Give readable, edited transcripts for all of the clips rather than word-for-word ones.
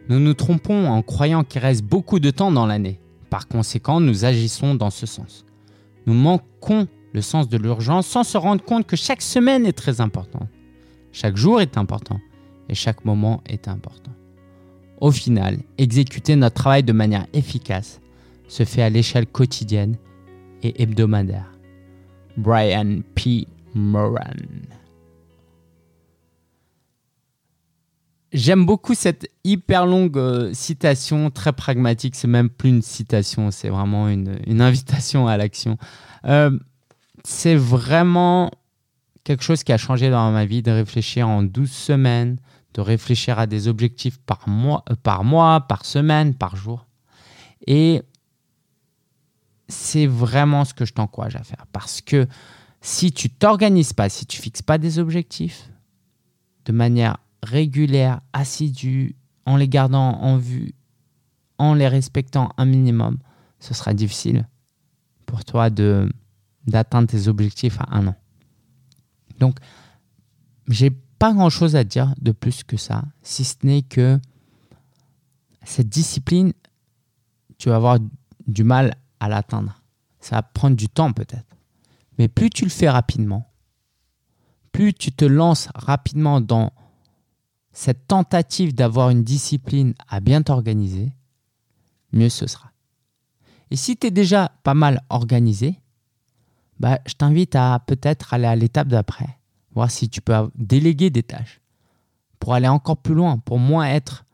Nous nous trompons en croyant qu'il reste beaucoup de temps dans l'année. Par conséquent, nous agissons dans ce sens. Nous manquons le sens de l'urgence sans se rendre compte que chaque semaine est très importante. Chaque jour est important et chaque moment est important. Au final, exécuter notre travail de manière efficace se fait à l'échelle quotidienne et hebdomadaire. Brian P. Moran. J'aime beaucoup cette hyper longue citation, très pragmatique. C'est même plus une citation, c'est vraiment une invitation à l'action. C'est vraiment quelque chose qui a changé dans ma vie, de réfléchir en 12 semaines, de réfléchir à des objectifs par mois, par semaine, par jour. Et c'est vraiment ce que je t'encourage à faire. Parce que si tu ne t'organises pas, si tu ne fixes pas des objectifs de manière régulière, assidue, en les gardant en vue, en les respectant un minimum, ce sera difficile pour toi d'atteindre tes objectifs à 1 an. Donc, j'ai pas grand-chose à dire de plus que ça, si ce n'est que cette discipline, tu vas avoir du mal à l'atteindre. Ça va prendre du temps peut-être. Mais plus tu le fais rapidement, plus tu te lances rapidement dans cette tentative d'avoir une discipline à bien t'organiser, mieux ce sera. Et si tu es déjà pas mal organisé, je t'invite à peut-être aller à l'étape d'après, voir si tu peux déléguer des tâches pour aller encore plus loin, pour moins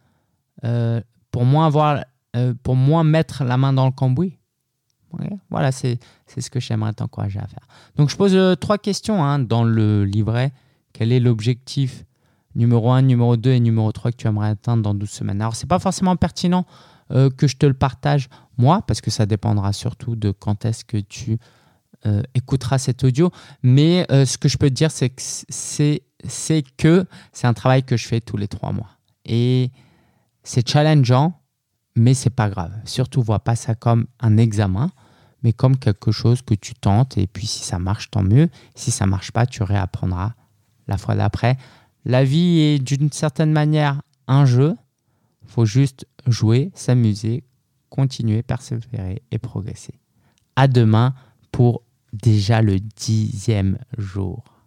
mettre la main dans le cambouis. Okay. Voilà, c'est ce que j'aimerais t'encourager à faire. Donc, je pose 3 questions dans le livret. Quel est l'objectif numéro 1, numéro 2 et numéro 3 que tu aimerais atteindre dans 12 semaines? Alors, ce n'est pas forcément pertinent que je te le partage moi, parce que ça dépendra surtout de quand est-ce que tu écouteras cet audio. Mais ce que je peux te dire, c'est que c'est un travail que je fais tous les 3 mois. Et c'est challengeant, mais ce n'est pas grave. Surtout, vois pas ça comme un examen, mais comme quelque chose que tu tentes. Et puis, si ça marche, tant mieux. Si ça ne marche pas, tu réapprendras la fois d'après. La vie est d'une certaine manière un jeu. Il faut juste jouer, s'amuser, continuer, persévérer et progresser. À demain pour déjà le 10e jour.